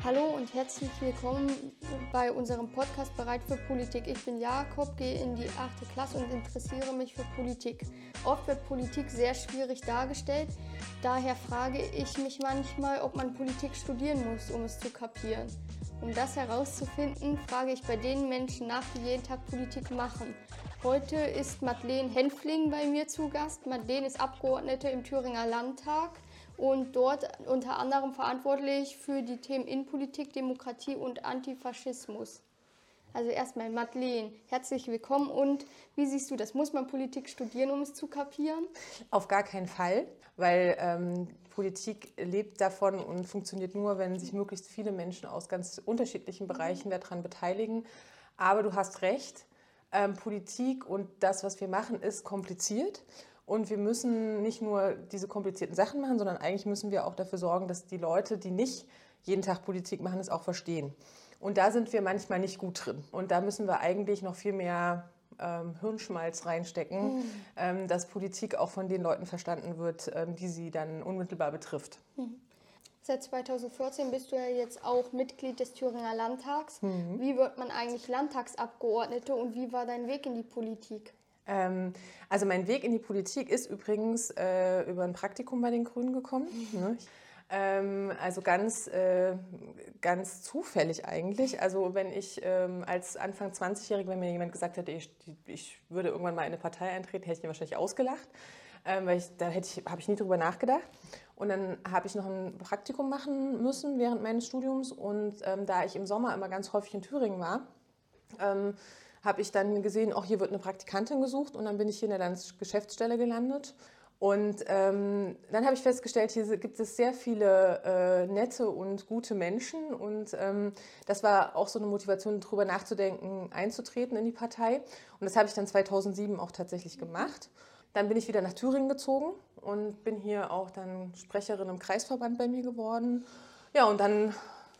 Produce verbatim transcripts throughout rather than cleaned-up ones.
Hallo und herzlich willkommen bei unserem Podcast Bereit für Politik. Ich bin Jakob, gehe in die achte Klasse und interessiere mich für Politik. Oft wird Politik sehr schwierig dargestellt, daher frage ich mich manchmal, ob man Politik studieren muss, um es zu kapieren. Um das herauszufinden, frage ich bei den Menschen nach, die jeden Tag Politik machen. Heute ist Madeleine Henfling bei mir zu Gast. Madeleine ist Abgeordnete im Thüringer Landtag und dort unter anderem verantwortlich für die Themen Innenpolitik, Demokratie und Antifaschismus. Also erstmal Madeleine, herzlich willkommen. Und wie siehst du das? Muss man Politik studieren, um es zu kapieren? Auf gar keinen Fall, weil ähm, Politik lebt davon und funktioniert nur, wenn sich möglichst viele Menschen aus ganz unterschiedlichen Bereichen daran beteiligen. Aber du hast recht, ähm, Politik und das, was wir machen, ist kompliziert. Und wir müssen nicht nur diese komplizierten Sachen machen, sondern eigentlich müssen wir auch dafür sorgen, dass die Leute, die nicht jeden Tag Politik machen, es auch verstehen. Und da sind wir manchmal nicht gut drin. Und da müssen wir eigentlich noch viel mehr ähm, Hirnschmalz reinstecken, mhm. ähm, dass Politik auch von den Leuten verstanden wird, ähm, die sie dann unmittelbar betrifft. Mhm. Seit zweitausendvierzehn bist du ja jetzt auch Mitglied des Thüringer Landtags. Mhm. Wie wird man eigentlich Landtagsabgeordnete und wie war dein Weg in die Politik? Ähm, also mein Weg in die Politik ist übrigens äh, über ein Praktikum bei den Grünen gekommen. Mhm. Ne? Ähm, also ganz, äh, ganz zufällig eigentlich. Also wenn ich ähm, als Anfang zwanzigjährige, wenn mir jemand gesagt hätte, ich, ich würde irgendwann mal in eine Partei eintreten, hätte ich ihn wahrscheinlich ausgelacht. Ähm, weil ich, da hätte ich, habe ich nie drüber nachgedacht. Und dann habe ich noch ein Praktikum machen müssen während meines Studiums. Und ähm, da ich im Sommer immer ganz häufig in Thüringen war, ähm, habe ich dann gesehen, auch hier wird eine Praktikantin gesucht. Und dann bin ich hier in der Landesgeschäftsstelle gelandet. Und ähm, dann habe ich festgestellt, hier gibt es sehr viele äh, nette und gute Menschen. Und ähm, das war auch so eine Motivation, darüber nachzudenken, einzutreten in die Partei. Und das habe ich dann zweitausendsieben auch tatsächlich gemacht. Dann bin ich wieder nach Thüringen gezogen und bin hier auch dann Sprecherin im Kreisverband bei mir geworden. Ja, und dann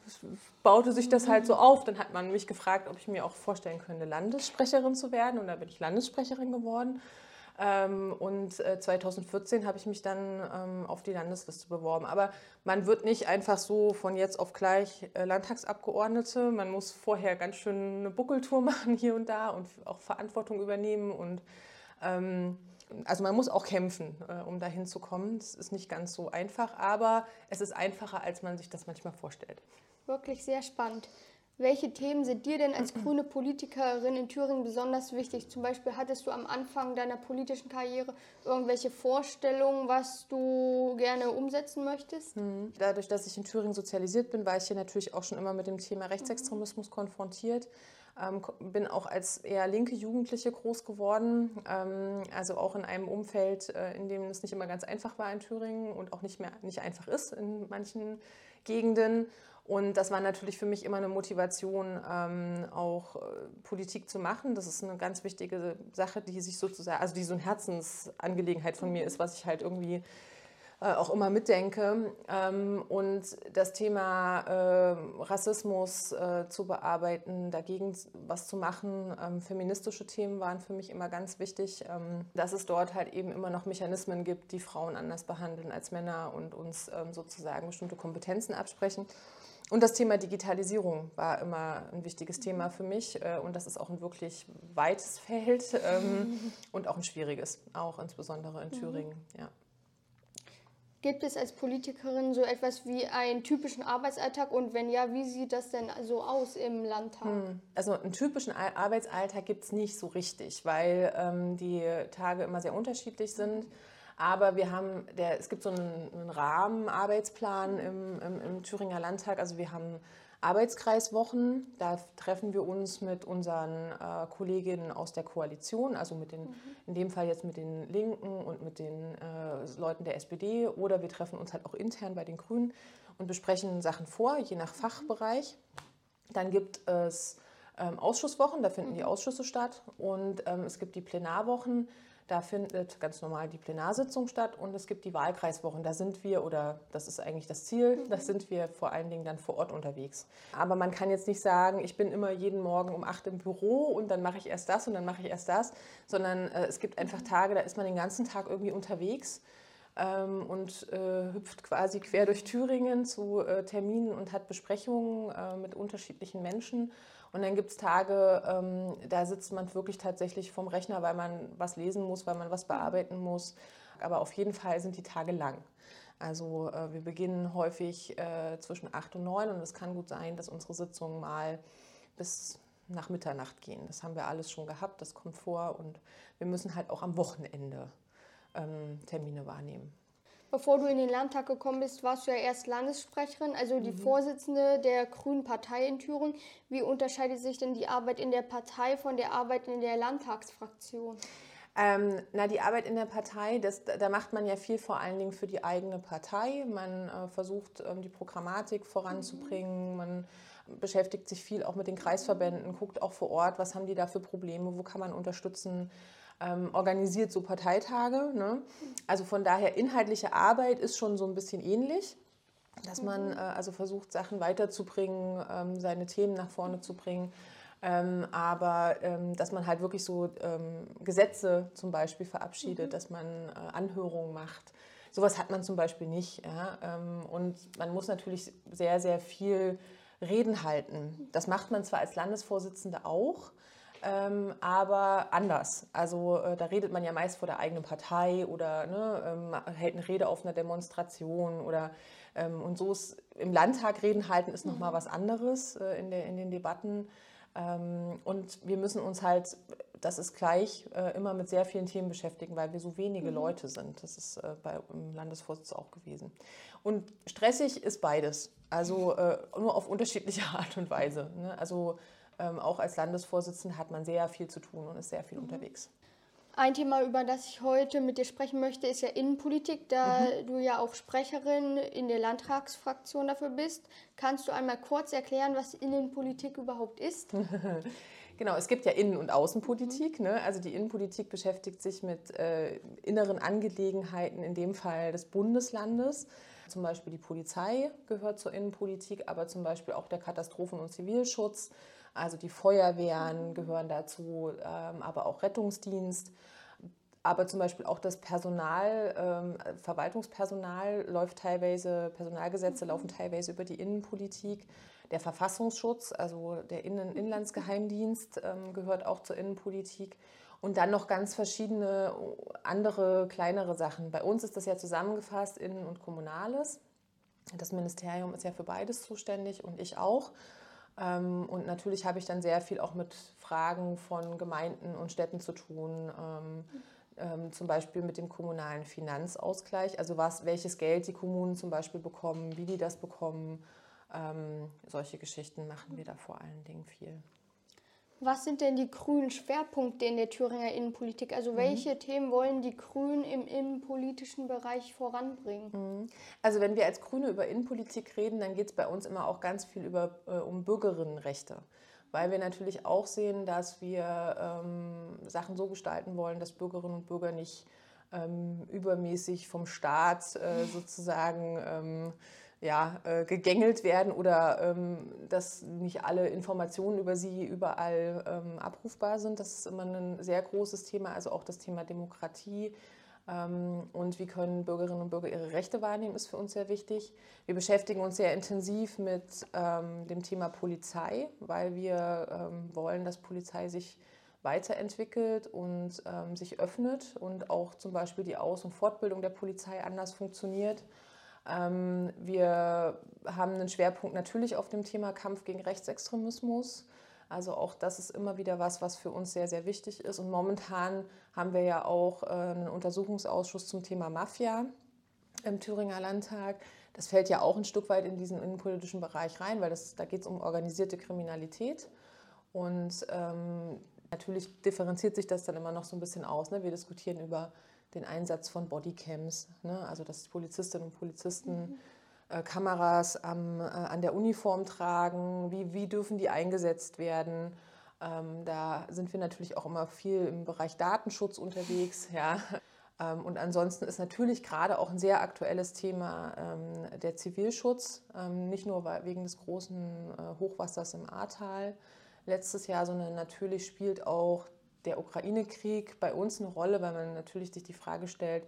baute sich das halt so auf. Dann hat man mich gefragt, ob ich mir auch vorstellen könnte, Landessprecherin zu werden. Und da bin ich Landessprecherin geworden. Und zweitausendvierzehn habe ich mich dann auf die Landesliste beworben. Aber man wird nicht einfach so von jetzt auf gleich Landtagsabgeordnete. Man muss vorher ganz schön eine Buckeltour machen hier und da und auch Verantwortung übernehmen. Und also man muss auch kämpfen, um da hinzukommen. Das ist nicht ganz so einfach, aber es ist einfacher, als man sich das manchmal vorstellt. Wirklich sehr spannend. Welche Themen sind dir denn als grüne Politikerin in Thüringen besonders wichtig? Zum Beispiel hattest du am Anfang deiner politischen Karriere irgendwelche Vorstellungen, was du gerne umsetzen möchtest? Dadurch, dass ich in Thüringen sozialisiert bin, war ich hier natürlich auch schon immer mit dem Thema Rechtsextremismus konfrontiert. Ähm, bin auch als eher linke Jugendliche groß geworden, ähm, also auch in einem Umfeld, äh, in dem es nicht immer ganz einfach war in Thüringen und auch nicht mehr nicht einfach ist in manchen Gegenden. Und das war natürlich für mich immer eine Motivation, ähm, auch äh, Politik zu machen. Das ist eine ganz wichtige Sache, die sich sozusagen, also die so eine Herzensangelegenheit von mir ist, was ich halt irgendwie äh, auch immer mitdenke. Ähm, und das Thema äh, Rassismus äh, zu bearbeiten, dagegen was zu machen, ähm, feministische Themen waren für mich immer ganz wichtig, ähm, dass es dort halt eben immer noch Mechanismen gibt, die Frauen anders behandeln als Männer und uns ähm, sozusagen bestimmte Kompetenzen absprechen. Und das Thema Digitalisierung war immer ein wichtiges Thema für mich und das ist auch ein wirklich weites Feld ähm, und auch ein schwieriges, auch insbesondere in Thüringen. Ja. Gibt es als Politikerin so etwas wie einen typischen Arbeitsalltag und wenn ja, wie sieht das denn so aus im Landtag? Also einen typischen Arbeitsalltag gibt es nicht so richtig, weil ähm, die Tage immer sehr unterschiedlich sind. Aber wir haben, der, es gibt so einen, einen Rahmenarbeitsplan im, im, im Thüringer Landtag. Also wir haben Arbeitskreiswochen, da treffen wir uns mit unseren äh, Kolleginnen aus der Koalition, also mit den, mhm. in dem Fall jetzt mit den Linken und mit den äh, Leuten der S P D. Oder wir treffen uns halt auch intern bei den Grünen und besprechen Sachen vor, je nach Fachbereich. Dann gibt es ähm, Ausschusswochen, da finden mhm. die Ausschüsse statt. Und ähm, es gibt die Plenarwochen. Da findet ganz normal die Plenarsitzung statt und es gibt die Wahlkreiswochen. Da sind wir, oder das ist eigentlich das Ziel, da sind wir vor allen Dingen dann vor Ort unterwegs. Aber man kann jetzt nicht sagen, ich bin immer jeden Morgen um acht im Büro und dann mache ich erst das und dann mache ich erst das, sondern äh, es gibt einfach Tage, da ist man den ganzen Tag irgendwie unterwegs. ähm, und äh, hüpft quasi quer durch Thüringen zu äh, Terminen und hat Besprechungen äh, mit unterschiedlichen Menschen. Und dann gibt es Tage, ähm, da sitzt man wirklich tatsächlich vorm Rechner, weil man was lesen muss, weil man was bearbeiten muss. Aber auf jeden Fall sind die Tage lang. Also äh, wir beginnen häufig äh, zwischen acht und neun und es kann gut sein, dass unsere Sitzungen mal bis nach Mitternacht gehen. Das haben wir alles schon gehabt, das kommt vor und wir müssen halt auch am Wochenende ähm, Termine wahrnehmen. Bevor du in den Landtag gekommen bist, warst du ja erst Landessprecherin, also die mhm. Vorsitzende der Grünen Partei in Thüringen. Wie unterscheidet sich denn die Arbeit in der Partei von der Arbeit in der Landtagsfraktion? Ähm, na, die Arbeit in der Partei, das, da macht man ja viel vor allen Dingen für die eigene Partei. Man äh, versucht, ähm, die Programmatik voranzubringen. Mhm. Man beschäftigt sich viel auch mit den Kreisverbänden, guckt auch vor Ort, was haben die da für Probleme, wo kann man unterstützen. Ähm, organisiert so Parteitage. Ne? Also von daher inhaltliche Arbeit ist schon so ein bisschen ähnlich, dass man äh, also versucht, Sachen weiterzubringen, ähm, seine Themen nach vorne zu bringen. Ähm, aber ähm, dass man halt wirklich so ähm, Gesetze zum Beispiel verabschiedet, mhm. dass man äh, Anhörungen macht. Sowas hat man zum Beispiel nicht. Ja? Ähm, und man muss natürlich sehr, sehr viel Reden halten. Das macht man zwar als Landesvorsitzende auch, Ähm, aber anders. Also äh, da redet man ja meist vor der eigenen Partei oder ne, ähm, hält eine Rede auf einer Demonstration oder ähm, und so ist im Landtag Reden halten ist nochmal was anderes äh, in, der, in den Debatten. Ähm, und wir müssen uns halt, das ist gleich, äh, immer mit sehr vielen Themen beschäftigen, weil wir so wenige mhm. Leute sind. Das ist äh, bei im Landesvorsitz auch gewesen. Und stressig ist beides. Also äh, nur auf unterschiedliche Art und Weise. Ne? Also Ähm, auch als Landesvorsitzende hat man sehr viel zu tun und ist sehr viel mhm. unterwegs. Ein Thema, über das ich heute mit dir sprechen möchte, ist ja Innenpolitik, da mhm. du ja auch Sprecherin in der Landtagsfraktion dafür bist. Kannst du einmal kurz erklären, was Innenpolitik überhaupt ist? Genau, es gibt ja Innen- und Außenpolitik. Mhm. Ne? Also die Innenpolitik beschäftigt sich mit äh, inneren Angelegenheiten, in dem Fall des Bundeslandes. Zum Beispiel die Polizei gehört zur Innenpolitik, aber zum Beispiel auch der Katastrophen- und Zivilschutz. Also die Feuerwehren gehören dazu, ähm, aber auch Rettungsdienst. Aber zum Beispiel auch das Personal, ähm, Verwaltungspersonal läuft teilweise, Personalgesetze laufen teilweise über die Innenpolitik. Der Verfassungsschutz, also der Innen- Inlandsgeheimdienst, ähm, gehört auch zur Innenpolitik. Und dann noch ganz verschiedene andere, kleinere Sachen. Bei uns ist das ja zusammengefasst, Innen- und Kommunales. Das Ministerium ist ja für beides zuständig und ich auch. Und natürlich habe ich dann sehr viel auch mit Fragen von Gemeinden und Städten zu tun, ähm, ähm, zum Beispiel mit dem kommunalen Finanzausgleich, also was, welches Geld die Kommunen zum Beispiel bekommen, wie die das bekommen. Ähm, solche Geschichten machen wir da vor allen Dingen viel. Was sind denn die grünen Schwerpunkte in der Thüringer Innenpolitik? Also welche mhm. Themen wollen die Grünen im innenpolitischen Bereich voranbringen? Mhm. Also wenn wir als Grüne über Innenpolitik reden, dann geht es bei uns immer auch ganz viel über, äh, um Bürgerinnenrechte. Weil wir natürlich auch sehen, dass wir ähm, Sachen so gestalten wollen, dass Bürgerinnen und Bürger nicht ähm, übermäßig vom Staat äh, sozusagen ähm, ja, äh, gegängelt werden oder ähm, dass nicht alle Informationen über sie überall ähm, abrufbar sind. Das ist immer ein sehr großes Thema, also auch das Thema Demokratie. Ähm, und wie können Bürgerinnen und Bürger ihre Rechte wahrnehmen, ist für uns sehr wichtig. Wir beschäftigen uns sehr intensiv mit ähm, dem Thema Polizei, weil wir ähm, wollen, dass Polizei sich weiterentwickelt und ähm, sich öffnet und auch zum Beispiel die Aus- und Fortbildung der Polizei anders funktioniert. Ähm, wir haben einen Schwerpunkt natürlich auf dem Thema Kampf gegen Rechtsextremismus. Also auch das ist immer wieder was, was für uns sehr, sehr wichtig ist. Und momentan haben wir ja auch äh, einen Untersuchungsausschuss zum Thema Mafia im Thüringer Landtag. Das fällt ja auch ein Stück weit in diesen innenpolitischen Bereich rein, weil das, da geht es um organisierte Kriminalität. Und ähm, natürlich differenziert sich das dann immer noch so ein bisschen aus. Ne? Wir diskutieren über den Einsatz von Bodycams, ne? Also dass Polizistinnen und Polizisten mhm. äh, Kameras am, äh, an der Uniform tragen, wie, wie dürfen die eingesetzt werden. Ähm, da sind wir natürlich auch immer viel im Bereich Datenschutz unterwegs. Ja. Ähm, und ansonsten ist natürlich gerade auch ein sehr aktuelles Thema ähm, der Zivilschutz, ähm, nicht nur wegen des großen äh, Hochwassers im Ahrtal letztes Jahr, sondern natürlich spielt auch der Ukraine-Krieg bei uns eine Rolle, weil man natürlich sich die Frage stellt,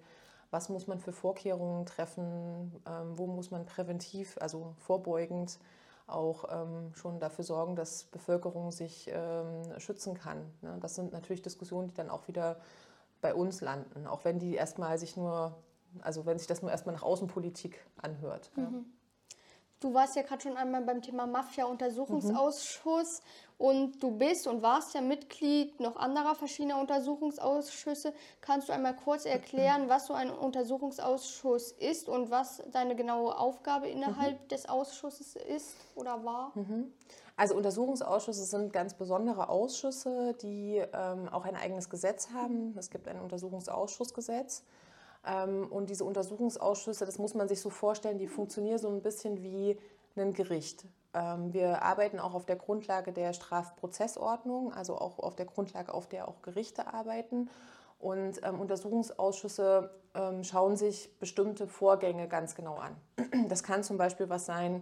was muss man für Vorkehrungen treffen, ähm, wo muss man präventiv, also vorbeugend auch ähm, schon dafür sorgen, dass Bevölkerung sich ähm, schützen kann. Ne? Das sind natürlich Diskussionen, die dann auch wieder bei uns landen, auch wenn die erstmal sich nur, also wenn sich das nur erstmal nach Außenpolitik anhört. Mhm. Ja. Du warst ja gerade schon einmal beim Thema Mafia-Untersuchungsausschuss mhm. und du bist und warst ja Mitglied noch anderer verschiedener Untersuchungsausschüsse. Kannst du einmal kurz erklären, was so ein Untersuchungsausschuss ist und was deine genaue Aufgabe innerhalb mhm. des Ausschusses ist oder war? Mhm. Also Untersuchungsausschüsse sind ganz besondere Ausschüsse, die ähm, auch ein eigenes Gesetz haben. Es gibt ein Untersuchungsausschussgesetz. Und diese Untersuchungsausschüsse, das muss man sich so vorstellen, die funktionieren so ein bisschen wie ein Gericht. Wir arbeiten auch auf der Grundlage der Strafprozessordnung, also auch auf der Grundlage, auf der auch Gerichte arbeiten. Und ähm, Untersuchungsausschüsse ähm, schauen sich bestimmte Vorgänge ganz genau an. Das kann zum Beispiel was sein,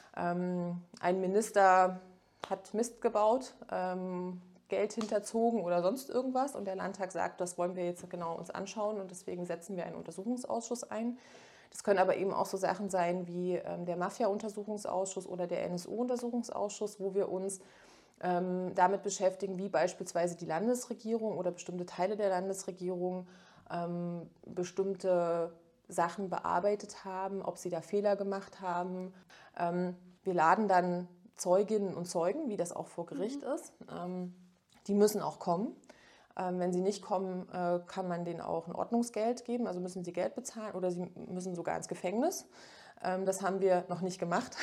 ähm, ein Minister hat Mist gebaut, ähm, Geld hinterzogen oder sonst irgendwas und der Landtag sagt, das wollen wir jetzt genau uns anschauen und deswegen setzen wir einen Untersuchungsausschuss ein. Das können aber eben auch so Sachen sein wie ähm, der Mafia-Untersuchungsausschuss oder der N S U-Untersuchungsausschuss, wo wir uns ähm, damit beschäftigen, wie beispielsweise die Landesregierung oder bestimmte Teile der Landesregierung ähm, bestimmte Sachen bearbeitet haben, ob sie da Fehler gemacht haben. Ähm, wir laden dann Zeuginnen und Zeugen, wie das auch vor Gericht mhm. ist. Ähm, Die müssen auch kommen. Ähm, wenn sie nicht kommen, äh, kann man denen auch ein Ordnungsgeld geben, also müssen sie Geld bezahlen oder sie müssen sogar ins Gefängnis. Ähm, das haben wir noch nicht gemacht.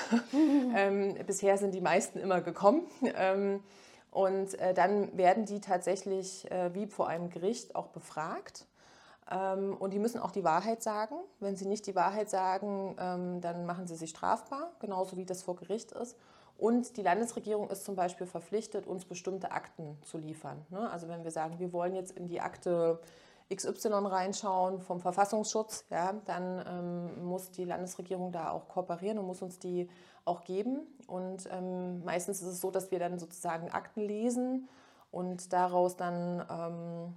ähm, bisher sind die meisten immer gekommen. Ähm, und äh, dann werden die tatsächlich äh, wie vor einem Gericht auch befragt. Ähm, und die müssen auch die Wahrheit sagen. Wenn sie nicht die Wahrheit sagen, ähm, dann machen sie sich strafbar, genauso wie das vor Gericht ist. Und die Landesregierung ist zum Beispiel verpflichtet, uns bestimmte Akten zu liefern. Also wenn wir sagen, wir wollen jetzt in die Akte X Y reinschauen vom Verfassungsschutz, ja, dann ähm, muss die Landesregierung da auch kooperieren und muss uns die auch geben. Und ähm, meistens ist es so, dass wir dann sozusagen Akten lesen und daraus dann ähm,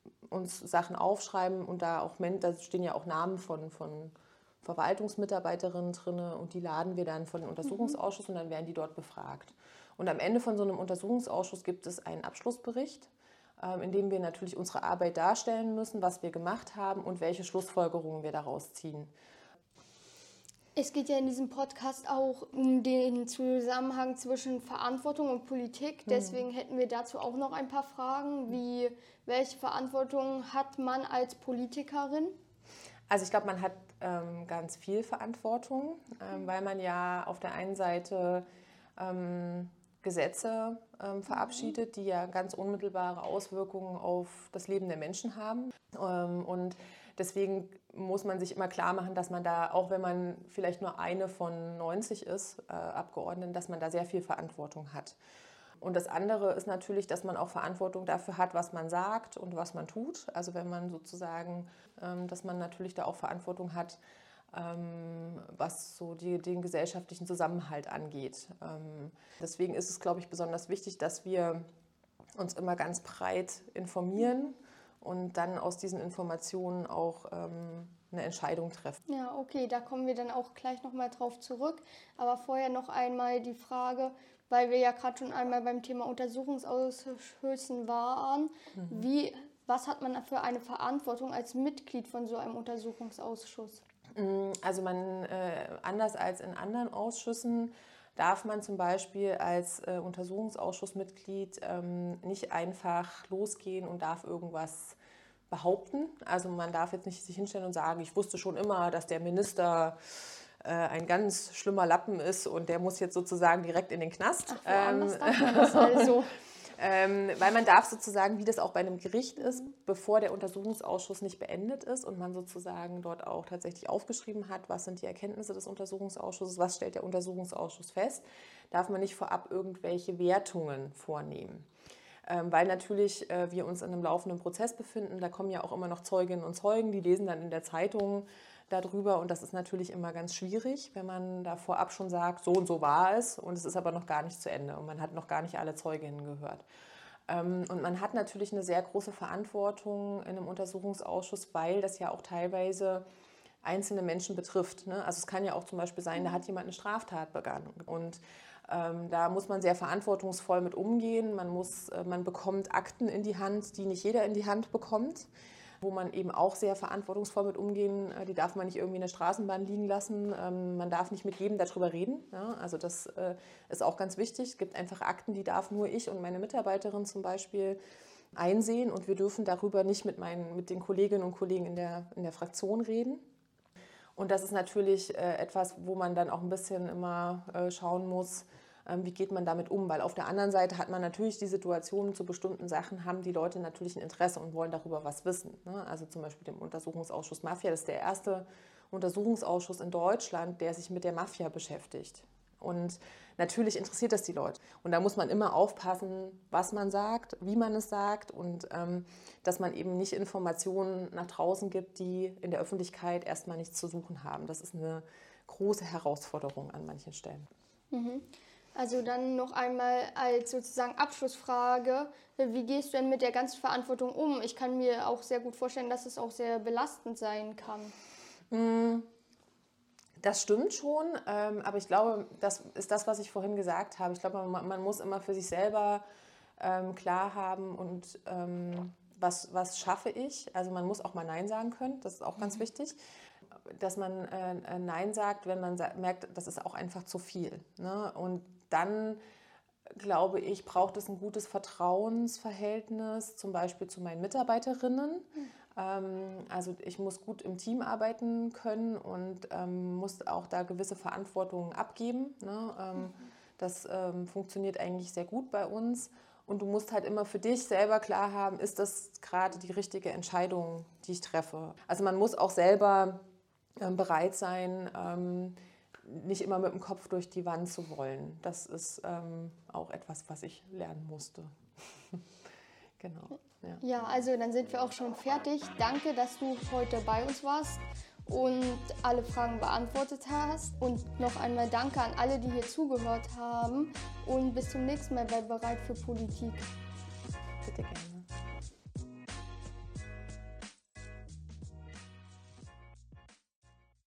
uns Sachen aufschreiben und da auch, da stehen ja auch Namen von, von Verwaltungsmitarbeiterinnen drin und die laden wir dann von den Untersuchungsausschuss und dann werden die dort befragt. Und am Ende von so einem Untersuchungsausschuss gibt es einen Abschlussbericht, in dem wir natürlich unsere Arbeit darstellen müssen, was wir gemacht haben und welche Schlussfolgerungen wir daraus ziehen. Es geht ja in diesem Podcast auch um den Zusammenhang zwischen Verantwortung und Politik. Deswegen hätten wir dazu auch noch ein paar Fragen, wie welche Verantwortung hat man als Politikerin? Also ich glaube, man hat ähm, ganz viel Verantwortung, ähm, weil man ja auf der einen Seite ähm, Gesetze ähm, verabschiedet, die ja ganz unmittelbare Auswirkungen auf das Leben der Menschen haben. Ähm, und deswegen muss man sich immer klar machen, dass man da, auch wenn man vielleicht nur eine von neunzig ist, äh, Abgeordneten, dass man da sehr viel Verantwortung hat. Und das andere ist natürlich, dass man auch Verantwortung dafür hat, was man sagt und was man tut. Also wenn man sozusagen, ähm, dass man natürlich da auch Verantwortung hat, ähm, was so die, den gesellschaftlichen Zusammenhalt angeht. Ähm, deswegen ist es, glaube ich, besonders wichtig, dass wir uns immer ganz breit informieren und dann aus diesen Informationen auch ähm, eine Entscheidung treffen. Ja, okay, da kommen wir dann auch gleich nochmal drauf zurück. Aber vorher noch einmal die Frage, weil wir ja gerade schon einmal beim Thema Untersuchungsausschüssen waren, mhm. wie, was hat man für eine Verantwortung als Mitglied von so einem Untersuchungsausschuss? Also man, äh, anders als in anderen Ausschüssen, darf man zum Beispiel als äh, Untersuchungsausschussmitglied ähm, nicht einfach losgehen und darf irgendwas behaupten. Also man darf jetzt nicht sich hinstellen und sagen, ich wusste schon immer, dass der Minister äh, ein ganz schlimmer Lappen ist und der muss jetzt sozusagen direkt in den Knast. Ach, woanders ähm, darf man das also. Ähm, weil man darf sozusagen, wie das auch bei einem Gericht ist, bevor der Untersuchungsausschuss nicht beendet ist und man sozusagen dort auch tatsächlich aufgeschrieben hat, was sind die Erkenntnisse des Untersuchungsausschusses, was stellt der Untersuchungsausschuss fest, darf man nicht vorab irgendwelche Wertungen vornehmen. Ähm, weil natürlich äh, wir uns in einem laufenden Prozess befinden, da kommen ja auch immer noch Zeuginnen und Zeugen, die lesen dann in der Zeitung darüber und das ist natürlich immer ganz schwierig, wenn man da vorab schon sagt, so und so war es und es ist aber noch gar nicht zu Ende und man hat noch gar nicht alle Zeuginnen gehört. Und man hat natürlich eine sehr große Verantwortung in einem Untersuchungsausschuss, weil das ja auch teilweise einzelne Menschen betrifft. Ne? Also es kann ja auch zum Beispiel sein, da hat jemand eine Straftat begangen. Und ähm, da muss man sehr verantwortungsvoll mit umgehen. Man, muss, äh, man bekommt Akten in die Hand, die nicht jeder in die Hand bekommt, wo man eben auch sehr verantwortungsvoll mit umgehen. Äh, die darf man nicht irgendwie in der Straßenbahn liegen lassen. Ähm, man darf nicht mit jedem darüber reden. Ja? Also das äh, ist auch ganz wichtig. Es gibt einfach Akten, die darf nur ich und meine Mitarbeiterin zum Beispiel einsehen. Und wir dürfen darüber nicht mit, meinen, mit den Kolleginnen und Kollegen in der, in der Fraktion reden. Und das ist natürlich äh, etwas, wo man dann auch ein bisschen immer äh, schauen muss, ähm, wie geht man damit um. Weil auf der anderen Seite hat man natürlich die Situation, zu bestimmten Sachen haben die Leute natürlich ein Interesse und wollen darüber was wissen. Ne? Also zum Beispiel dem Untersuchungsausschuss Mafia, das ist der erste Untersuchungsausschuss in Deutschland, der sich mit der Mafia beschäftigt. Und natürlich interessiert das die Leute. Und da muss man immer aufpassen, was man sagt, wie man es sagt und ähm, dass man eben nicht Informationen nach draußen gibt, die in der Öffentlichkeit erstmal nichts zu suchen haben. Das ist eine große Herausforderung an manchen Stellen. Mhm. Also dann noch einmal als sozusagen Abschlussfrage, wie gehst du denn mit der ganzen Verantwortung um? Ich kann mir auch sehr gut vorstellen, dass es auch sehr belastend sein kann. Mhm. Das stimmt schon, ähm, aber ich glaube, das ist das, was ich vorhin gesagt habe. Ich glaube, man, man muss immer für sich selber ähm, klar haben und ähm, was, was schaffe ich. Also man muss auch mal Nein sagen können, das ist auch ganz wichtig. Dass man äh, Nein sagt, wenn man sa- merkt, das ist auch einfach zu viel. Ne? Und dann, glaube ich, braucht es ein gutes Vertrauensverhältnis, zum Beispiel zu meinen Mitarbeiterinnen. Mhm. Also ich muss gut im Team arbeiten können und ähm, muss auch da gewisse Verantwortung abgeben. Ne? Ähm, mhm. Das ähm, funktioniert eigentlich sehr gut bei uns. Und du musst halt immer für dich selber klar haben, ist das gerade die richtige Entscheidung, die ich treffe. Also man muss auch selber ähm, bereit sein, ähm, nicht immer mit dem Kopf durch die Wand zu wollen. Das ist ähm, auch etwas, was ich lernen musste. Genau. Ja. Ja, also dann sind wir auch schon fertig. Danke, dass du heute bei uns warst und alle Fragen beantwortet hast. Und noch einmal danke an alle, die hier zugehört haben. Und bis zum nächsten Mal bei Bereit für Politik. Bitte gerne.